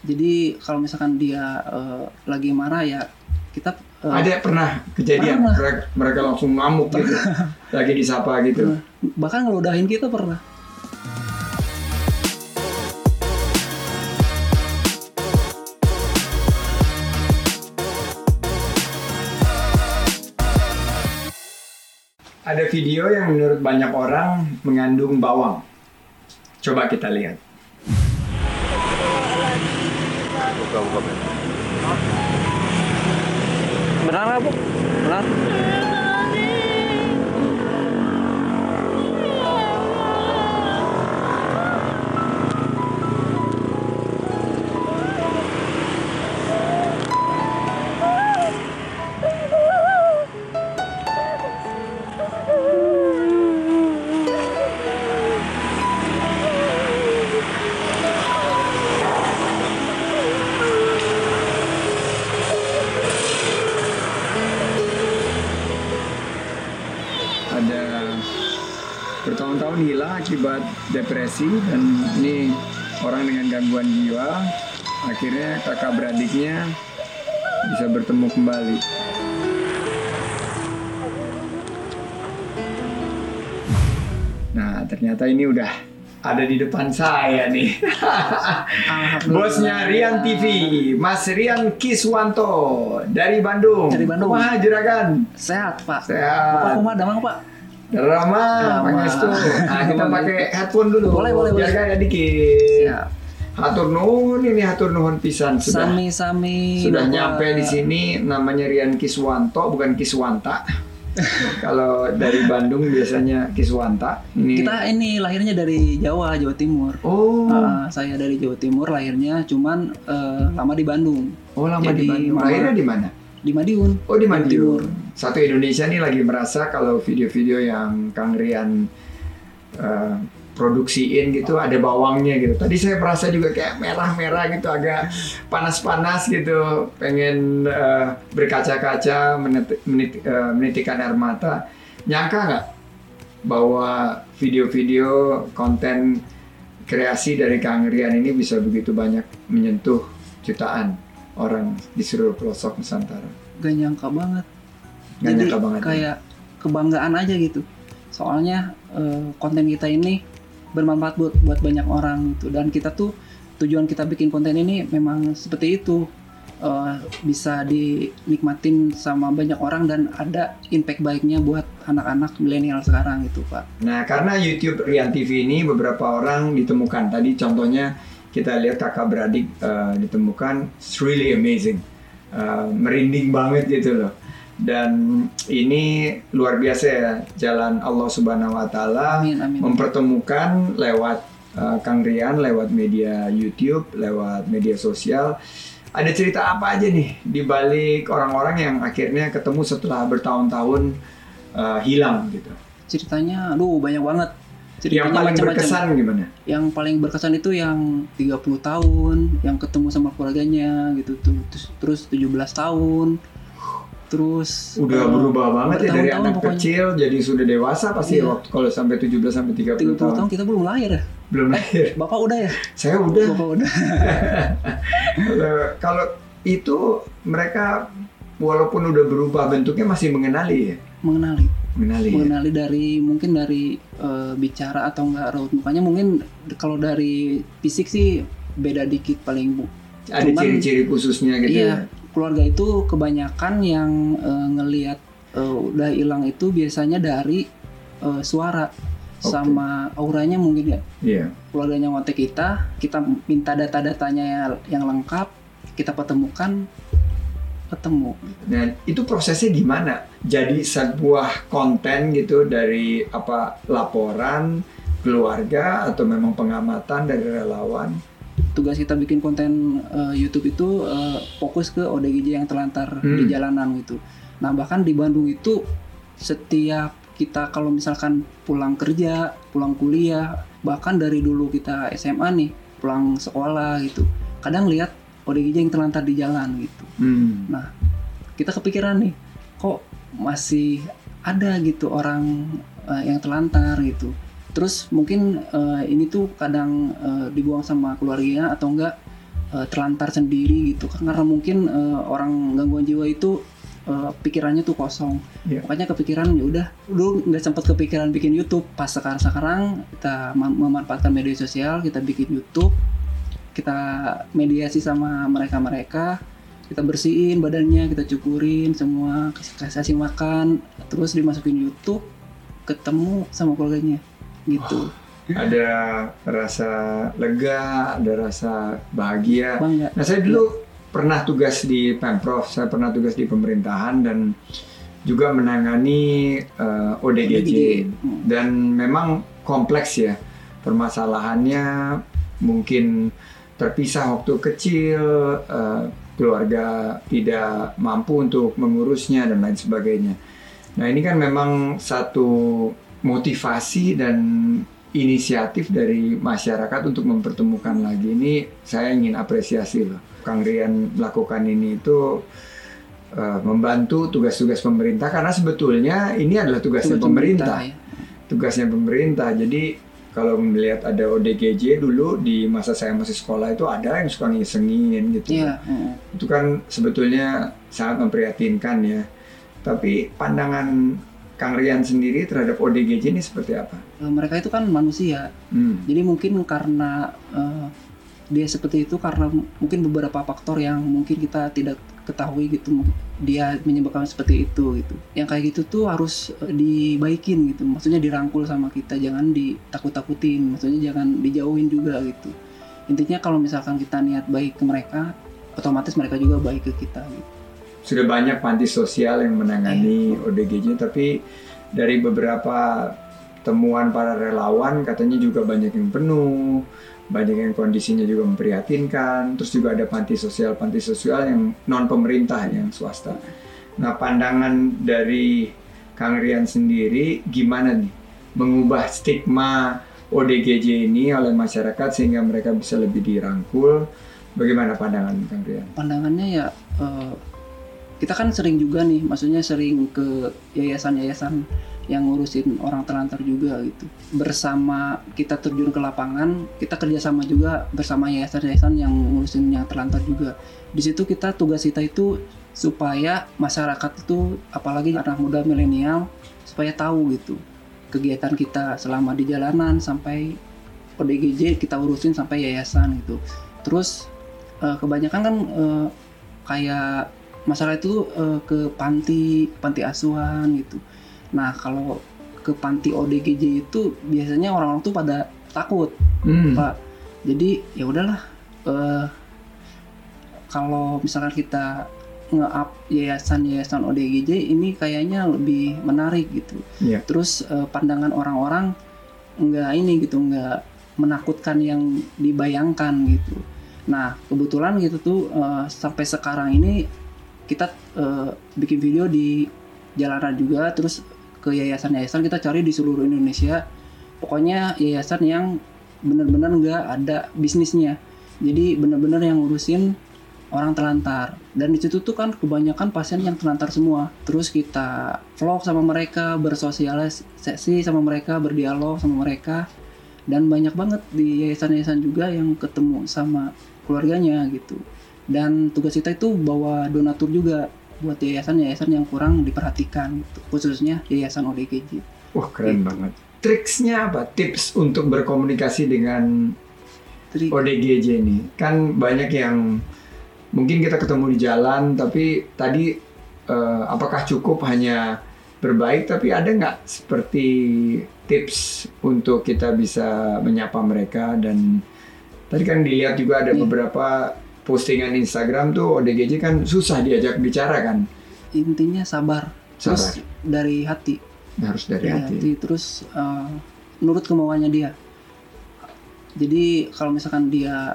Jadi kalau misalkan dia lagi marah ya kita ada pernah kejadian mereka langsung ngamuk gitu, lagi disapa gitu. Bahkan ngeludahin kita pernah. Ada video yang menurut banyak orang mengandung bawang. Coba kita lihat. Buka. Benar nggak, Bu? Benar? Bertahun-tahun hilang akibat depresi, dan ini orang dengan gangguan jiwa. Akhirnya kakak beradiknya bisa bertemu kembali. Nah, ternyata ini udah ada di depan saya nih. Bosnya Rian TV, Mas Rian Kiswanto dari Bandung. Dari Bandung. Kumaha juragan? Sehat, Pak. Sehat. Bapak kumaha damang, Pak? Rama, pangestu. Nah, kita pakai headphone dulu. Boleh. Biar gaya dikit. Siap. Hatur nuhun, ini hatur nuhun pisan sudah. Sami. Sudah Bapak. nyampe di sini. Namanya Rian Kiswanto, bukan Kiswanta. Kalau dari Bandung biasanya Kiswanta. Kita ini lahirnya dari Jawa Timur. Oh. Saya dari Jawa Timur lahirnya, cuman lama di Bandung. Oh, lama Jadi, di Bandung. Lahirnya di mana? Di Madiun. Oh, di Madiun. Timur. Satu Indonesia nih lagi merasa kalau video-video yang Kang Rian produksiin gitu ada bawangnya gitu. Tadi saya merasa juga kayak merah-merah gitu, agak panas-panas gitu. Pengen berkaca-kaca, menitikan air mata. Nyangka nggak bahwa video-video konten kreasi dari Kang Rian ini bisa begitu banyak menyentuh jutaan orang di seluruh pelosok Nusantara? Gak nyangka banget. Gak Jadi nyangka banget. Kayak kebanggaan aja gitu. Soalnya konten kita ini bermanfaat buat banyak orang gitu. Dan kita tuh tujuan kita bikin konten ini memang seperti itu. Bisa dinikmatin sama banyak orang dan ada impact baiknya buat anak-anak milenial sekarang gitu, Pak. Nah, karena YouTube Rian TV ini beberapa orang ditemukan. Tadi contohnya kita lihat kakak beradik ditemukan. It's really amazing. Merinding banget gitu loh. Dan ini luar biasa ya, jalan Allah Subhanahu wa Ta'ala. Amin. Mempertemukan lewat Kang Rian, lewat media YouTube, lewat media sosial. Ada cerita apa aja nih di balik orang-orang yang akhirnya ketemu setelah bertahun-tahun hilang gitu? Ceritanya banyak banget. Ceritanya Yang paling macam-macam. berkesan gimana? Yang paling berkesan itu yang 30 tahun, yang ketemu sama keluarganya gitu tuh. Terus 17 tahun. Terus udah berubah banget ya dari anak pokoknya. kecil jadi sudah dewasa pasti. Iya. Waktu kalau sampai 17 sampai 30 tahun. Kita belum lahir ya? Belum lahir. Bapak udah ya? Saya udah. Bapak udah. Kalau itu mereka walaupun udah berubah bentuknya masih mengenali ya? Mengenali dari mungkin dari bicara atau enggak raut mukanya. Mungkin kalau dari fisik sih beda dikit paling, Bu. Ada ciri-ciri khususnya gitu. Iya, keluarga itu kebanyakan yang ngelihat udah hilang itu biasanya dari suara sama auranya mungkin ya. Iya. Keluarganya ngontek kita minta data-datanya yang lengkap, kita ketemu. Nah, itu prosesnya gimana? Jadi sebuah konten gitu dari laporan keluarga atau memang pengamatan dari relawan? Tugas kita bikin konten YouTube itu fokus ke ODGJ yang terlantar di jalanan gitu. Nah, bahkan di Bandung itu setiap kita kalau misalkan pulang kerja, pulang kuliah, bahkan dari dulu kita SMA nih, pulang sekolah gitu, kadang lihat ODGJ yang terlantar di jalan gitu. Nah, kita kepikiran nih, kok masih ada gitu orang yang terlantar gitu. Terus mungkin ini tuh kadang dibuang sama keluarganya atau enggak terlantar sendiri gitu, karena mungkin orang gangguan jiwa itu pikirannya tuh kosong. Makanya kepikiran ya udah, dulu nggak sempat kepikiran bikin YouTube. Pas sekarang kita memanfaatkan media sosial, kita bikin YouTube, kita mediasi sama mereka, kita bersihin badannya, kita cukurin semua, kasih makan, terus dimasukin YouTube, ketemu sama keluarganya gitu. Ada rasa lega, ada rasa bahagia. Bangga. Nah, saya dulu pernah tugas di Pemprov, saya pernah tugas di pemerintahan dan juga menangani ODGJ. Dan memang kompleks ya permasalahannya, mungkin terpisah waktu kecil, keluarga tidak mampu untuk mengurusnya dan lain sebagainya. Nah, ini kan memang satu motivasi dan inisiatif dari masyarakat untuk mempertemukan lagi. Ini saya ingin apresiasi loh. Kang Rian melakukan ini itu membantu tugas-tugas pemerintah, karena sebetulnya ini adalah tugasnya pemerintah. Ya. Tugasnya pemerintah. Jadi kalau melihat ada ODGJ dulu di masa saya masih sekolah itu ada yang suka ngisengin gitu. Yeah. Itu kan sebetulnya sangat memprihatinkan ya. Tapi pandangan Kang Rian sendiri terhadap ODGJ ini seperti apa? Mereka itu kan manusia. Jadi mungkin karena dia seperti itu karena mungkin beberapa faktor yang mungkin kita tidak ketahui gitu, dia menyebabkan seperti itu gitu. Yang kayak gitu tuh harus dibaikin gitu, maksudnya dirangkul sama kita, jangan ditakut-takutin, maksudnya jangan dijauhin juga gitu. Intinya kalau misalkan kita niat baik ke mereka, otomatis mereka juga baik ke kita gitu. Sudah banyak panti sosial yang menangani ODGJ, tapi dari beberapa temuan para relawan katanya juga banyak yang penuh, banyak yang kondisinya juga memprihatinkan. Terus juga ada panti sosial yang non pemerintah, yang swasta. Nah, pandangan dari Kang Rian sendiri gimana nih mengubah stigma ODGJ ini oleh masyarakat sehingga mereka bisa lebih dirangkul? Bagaimana pandangan Kang Rian? Pandangannya ya kita kan sering juga nih, maksudnya sering ke yayasan-yayasan yang ngurusin orang terlantar juga gitu. Bersama kita terjun ke lapangan, kita kerjasama juga bersama yayasan-yayasan yang ngurusin yang terlantar juga. Di situ tugas kita itu supaya masyarakat itu, apalagi anak muda milenial, supaya tahu gitu kegiatan kita selama di jalanan sampai ODGJ kita urusin sampai yayasan gitu. Terus kebanyakan kan kayak masalah itu ke panti asuhan gitu. Nah, kalau ke panti ODGJ itu biasanya orang-orang tuh pada takut, Pak. Jadi ya udahlah, kalau misalkan kita nge-up yayasan ODGJ ini kayaknya lebih menarik gitu. Yeah. Terus pandangan orang-orang nggak menakutkan yang dibayangkan gitu. Nah, kebetulan gitu tuh sampai sekarang ini kita bikin video di jalanan juga, terus ke yayasan-yayasan kita cari di seluruh Indonesia. Pokoknya yayasan yang benar-benar nggak ada bisnisnya, jadi benar-benar yang ngurusin orang terlantar. Dan di situ tuh kan kebanyakan pasien yang terlantar semua. Terus kita vlog sama mereka, bersosialisasi sama mereka, berdialog sama mereka. Dan banyak banget di yayasan-yayasan juga yang ketemu sama keluarganya gitu. Dan tugas kita itu bawa donatur juga buat yayasan-yayasan yang kurang diperhatikan gitu, khususnya yayasan ODGJ. Wah, keren gitu banget. Triksnya apa? Tips untuk berkomunikasi dengan ODGJ ini? Kan banyak yang mungkin kita ketemu di jalan, tapi tadi apakah cukup hanya berbaik, tapi ada nggak seperti tips untuk kita bisa menyapa mereka? Dan tadi kan dilihat juga ada beberapa postingan Instagram tuh ODGJ kan susah diajak bicara kan. Intinya sabar. Terus dari hati. Harus dari hati. Terus nurut kemauannya dia. Jadi kalau misalkan dia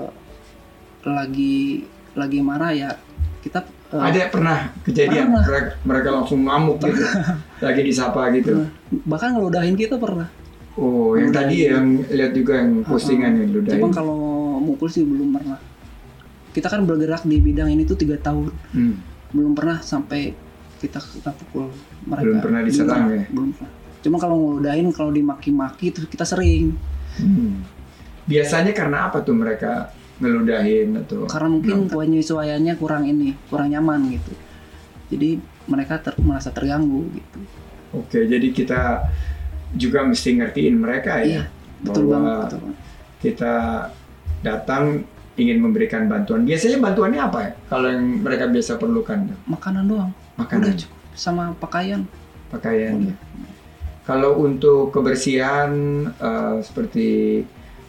lagi marah ya kita ada pernah kejadian mereka langsung ngamuk gitu. Lagi disapa gitu. Bahkan ngeludahin kita pernah. Oh, yang tadi yang lihat juga yang postingan yang ludahin. Cuma kalau mukul sih belum pernah. Kita kan bergerak di bidang ini tuh 3 tahun. Belum pernah sampai kita pukul mereka. Belum pernah diserang ya? Belum pernah. Cuma kalau ngeludahin, kalau dimaki-maki itu kita sering. Biasanya karena apa tuh mereka ngeludahin atau karena mungkin penyesuaiannya kurang nyaman gitu. Jadi mereka merasa terganggu gitu. Oke, jadi kita juga mesti ngertiin mereka ya. Iya, betul bahwa banget. Kita datang ingin memberikan bantuan. Biasanya bantuannya apa ya? Kalau yang mereka biasa perlukan? Makanan doang. Makanan. Udah cukup. Sama pakaian. Pakaian. Kalau untuk kebersihan seperti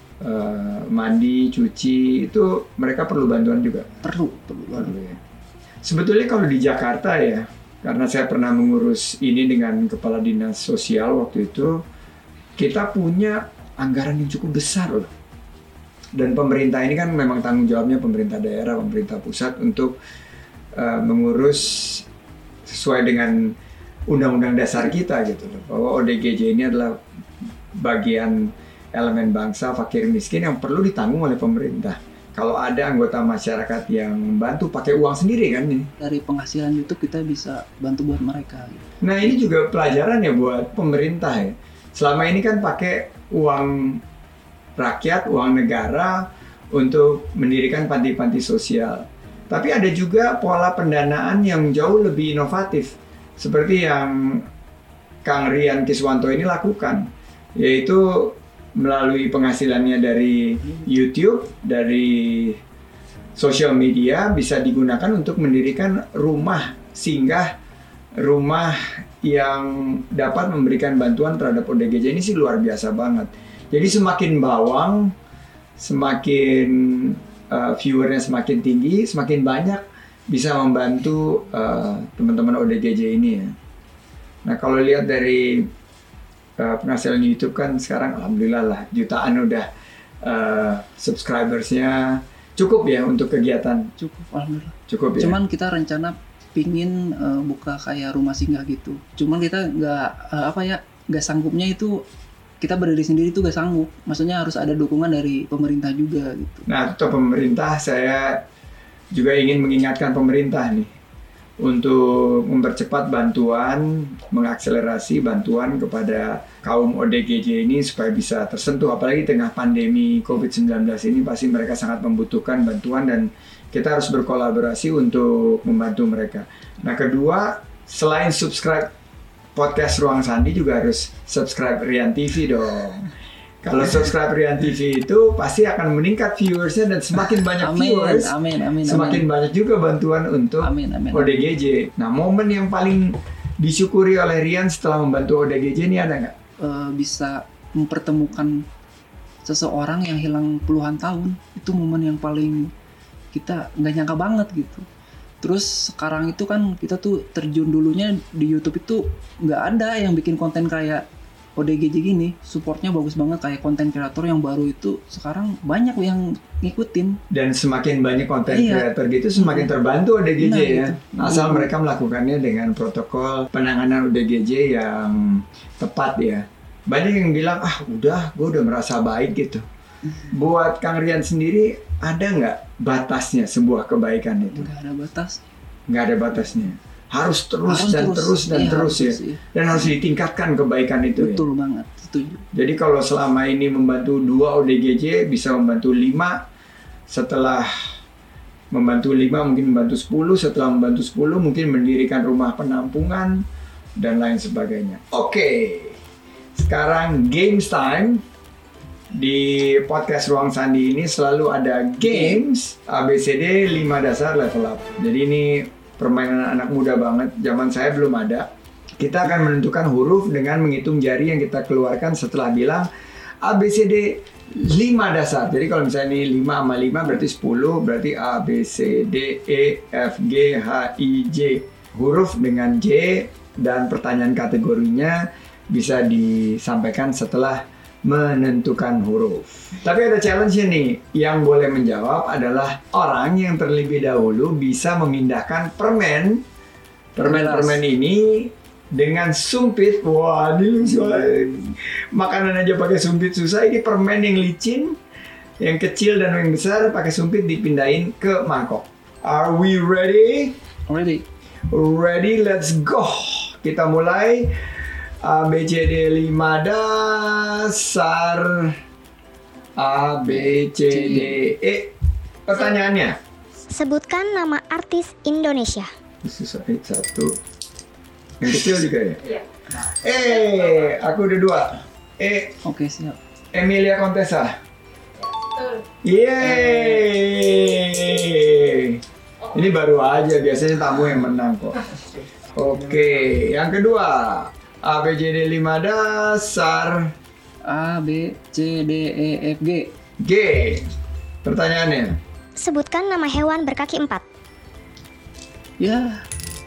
mandi, cuci, itu mereka perlu bantuan juga? Perlu ya. Sebetulnya kalau di Jakarta ya, karena saya pernah mengurus ini dengan Kepala Dinas Sosial waktu itu, kita punya anggaran yang cukup besar loh. Dan pemerintah ini kan memang tanggung jawabnya pemerintah daerah, pemerintah pusat untuk mengurus sesuai dengan undang-undang dasar kita gitu loh. Bahwa ODGJ ini adalah bagian elemen bangsa fakir miskin yang perlu ditanggung oleh pemerintah. Kalau ada anggota masyarakat yang bantu pakai uang sendiri kan ini. Dari penghasilan YouTube kita bisa bantu buat mereka gitu. Nah ini juga pelajaran ya buat pemerintah ya. Selama ini kan pakai uang rakyat, uang negara untuk mendirikan panti-panti sosial. Tapi ada juga pola pendanaan yang jauh lebih inovatif. Seperti yang Kang Rian Kiswanto ini lakukan. Yaitu melalui penghasilannya dari YouTube, dari sosial media, bisa digunakan untuk mendirikan rumah singgah, rumah yang dapat memberikan bantuan terhadap ODGJ. Ini sih luar biasa banget. Jadi semakin bawang, semakin viewernya semakin tinggi, semakin banyak bisa membantu teman-teman ODGJ ini ya. Nah kalau lihat dari penghasilan YouTube kan sekarang alhamdulillah lah jutaan udah subscribersnya cukup ya untuk kegiatan. Cukup alhamdulillah. Cukup ya. Cuman kita rencana pingin buka kayak rumah singgah gitu. Cuman kita nggak sanggupnya itu, kita berdiri sendiri tuh gak sanggup. Maksudnya harus ada dukungan dari pemerintah juga gitu. Nah untuk pemerintah, saya juga ingin mengingatkan pemerintah nih untuk mempercepat bantuan, mengakselerasi bantuan kepada kaum ODGJ ini supaya bisa tersentuh. Apalagi tengah pandemi COVID-19 ini pasti mereka sangat membutuhkan bantuan dan kita harus berkolaborasi untuk membantu mereka. Nah kedua, selain subscribe podcast Ruang Sandi juga harus subscribe Rian TV dong. Kalau subscribe Rian TV itu pasti akan meningkat viewersnya dan semakin banyak viewers, semakin banyak juga bantuan untuk ODGJ. Nah, momen yang paling disyukuri oleh Rian setelah membantu ODGJ ini ada nggak? Bisa mempertemukan seseorang yang hilang puluhan tahun. Itu momen yang paling kita nggak nyangka banget gitu. Terus sekarang itu kan kita tuh terjun dulunya di YouTube itu nggak ada yang bikin konten kayak ODGJ gini. Supportnya bagus banget, kayak konten kreator yang baru itu sekarang banyak yang ngikutin. Dan semakin banyak konten kreator gitu semakin terbantu ODGJ ya. Asal mereka melakukannya dengan protokol penanganan ODGJ yang tepat ya. Banyak yang bilang udah gue udah merasa baik gitu. Buat Kang Rian sendiri, ada nggak batasnya sebuah kebaikan itu? Nggak ada batas. Nggak ada batasnya. Harus terus ya. Dan harus ditingkatkan kebaikan itu. Betul banget, setuju. Jadi kalau selama ini membantu 2 ODGJ, bisa membantu 5. Setelah membantu 5 mungkin membantu 10. Setelah membantu 10 mungkin mendirikan rumah penampungan dan lain sebagainya. Oke, sekarang games time. Di podcast Ruang Sandi ini selalu ada games ABCD 5 dasar level up. Jadi ini permainan anak muda banget, zaman saya belum ada. Kita akan menentukan huruf dengan menghitung jari yang kita keluarkan setelah bilang ABCD 5 dasar. Jadi kalau misalnya ini 5 sama 5 berarti 10, berarti A, B, C, D, E, F, G, H, I, J. Huruf dengan J dan pertanyaan kategorinya bisa disampaikan setelah menentukan huruf. Tapi ada challenge-nya nih. Yang boleh menjawab adalah orang yang terlebih dahulu bisa memindahkan permen ini dengan sumpit. Wah, ini makanan aja pakai sumpit susah. Ini permen yang licin, yang kecil dan yang besar pakai sumpit dipindahin ke mangkok. Are we ready? Ready, let's go. Kita mulai. A, B, C, D 5 dasar. A, B, C, D, E Pertanyaannya. Sebutkan nama artis Indonesia. Susah satu. Yang kecil juga ya? Iya. Aku udah 2. Oke, siap. Emilia Contessa. Betul. Yeay. Ini baru aja, biasanya tamu yang menang kok. Oke, yang kedua. ABCD 5 dasar. A, B, C, D, E, F, G. G. Pertanyaannya. Sebutkan nama hewan berkaki 4. Ya.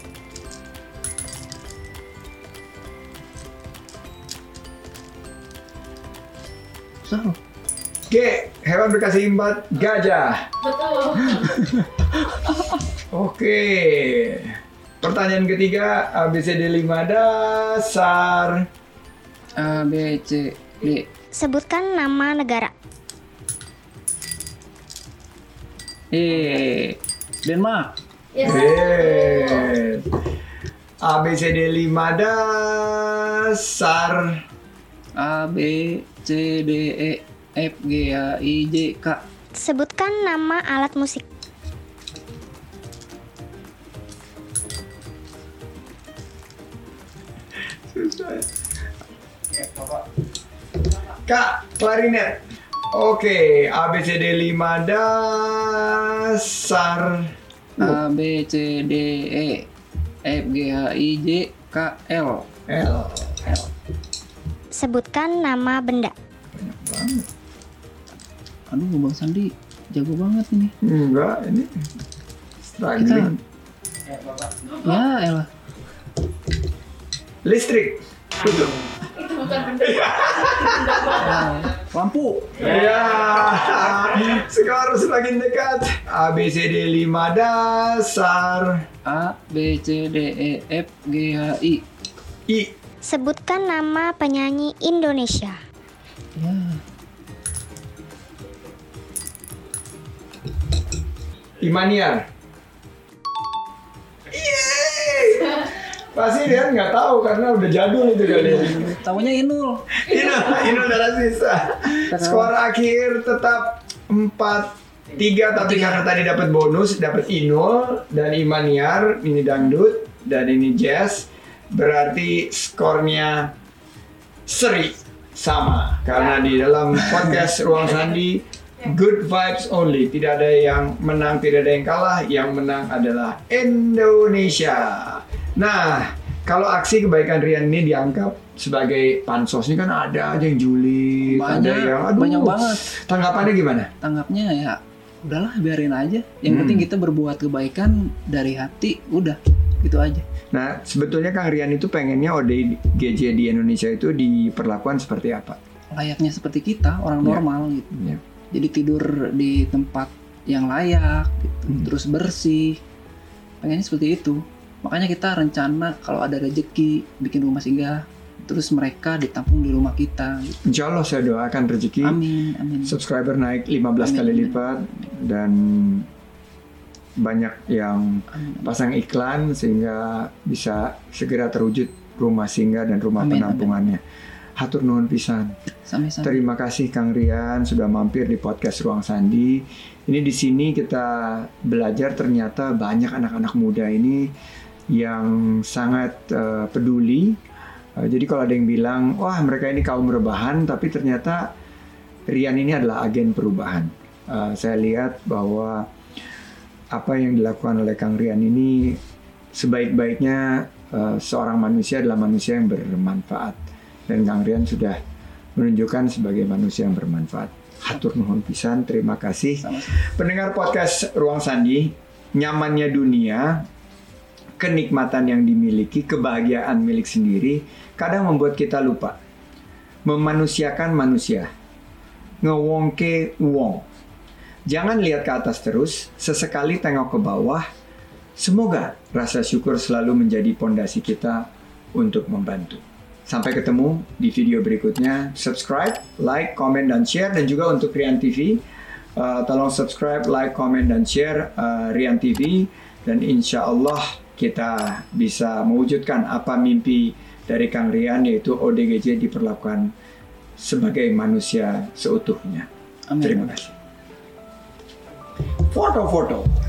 Susah loh. G. Hewan berkaki 4, gajah. Betul. Oke. Pertanyaan ketiga, ABCD 5 dasar. A, B, C, D. Sebutkan nama negara. Denmark. Yes. ABCD 5 dasar. A, B, C, D, E, F, G, H, I, J, K. Sebutkan nama alat musik. Susah. Kak, klarinet. Oke, ABCD 5 dasar. A, B, C, D, E, F, G, H, I, J, K, L. L. Sebutkan nama benda. Banyak banget. Aduh, Bang Sandi jago banget ini. Enggak, ini struggling. Ya, elah. Listrik. Betul. Itu bukan benda. Lampu. Ya, skor semakin dekat. ABCD 5 dasar. A, B, C, D, E, F, G, H, I. I. Sebutkan nama penyanyi Indonesia. Ya. Imaniar. Yeay. Pasti dia nggak tahu karena udah jadul itu kali. Taunya Inul. Inul darah sisa. Skor akhir tetap 4-3, tapi karena tadi dapat bonus, dapat Inul dan Imaniar, ini dangdut dan ini jazz, berarti skornya seri sama. Karena di dalam podcast Ruang Sandi, good vibes only, tidak ada yang menang, tidak ada yang kalah, yang menang adalah Indonesia. Nah, kalau aksi kebaikan Rian ini dianggap sebagai pansos, ini kan ada aja yang julid, ada yang banyak banget. Tanggapannya gimana? Tanggapnya ya udahlah, biarin aja. Yang penting kita berbuat kebaikan dari hati, udah gitu aja. Nah, sebetulnya Kang Rian itu pengennya ODGJ di Indonesia itu diperlakukan seperti apa? Layaknya seperti kita, orang normal gitu. Ya. Jadi tidur di tempat yang layak gitu, terus bersih. Pengennya seperti itu. Makanya kita rencana kalau ada rezeki bikin rumah singgah, terus mereka ditampung di rumah kita gitu. Insya Allah saya doakan rezeki. Amin, amin. Subscriber naik 15 kali Amin. lipat dan banyak yang pasang iklan sehingga bisa segera terwujud rumah singgah dan rumah Amin, penampungannya. Hatur nuhun pisan. Sama-sama. Terima kasih Kang Rian sudah mampir di podcast Ruang Sandi. Ini di sini kita belajar ternyata banyak anak-anak muda ini yang sangat peduli. Jadi kalau ada yang bilang, wah mereka ini kaum rebahan, tapi ternyata Rian ini adalah agen perubahan. Saya lihat bahwa apa yang dilakukan oleh Kang Rian ini sebaik-baiknya seorang manusia adalah manusia yang bermanfaat. Dan Kang Rian sudah menunjukkan sebagai manusia yang bermanfaat. Hatur nuhun pisan, terima kasih. Sama-sama. Pendengar podcast Ruang Sandi, nyamannya dunia, kenikmatan yang dimiliki, kebahagiaan milik sendiri, kadang membuat kita lupa memanusiakan manusia, ngewongke wong. Jangan lihat ke atas terus, sesekali tengok ke bawah. Semoga rasa syukur selalu menjadi pondasi kita untuk membantu. Sampai ketemu di video berikutnya. Subscribe, like, comment, dan share. Dan juga untuk Rian TV, tolong subscribe, like, comment, dan share Rian TV. Dan insya Allah kita bisa mewujudkan apa mimpi dari Kang Rian, yaitu ODGJ diperlakukan sebagai manusia seutuhnya. Amin. Terima kasih. foto-foto.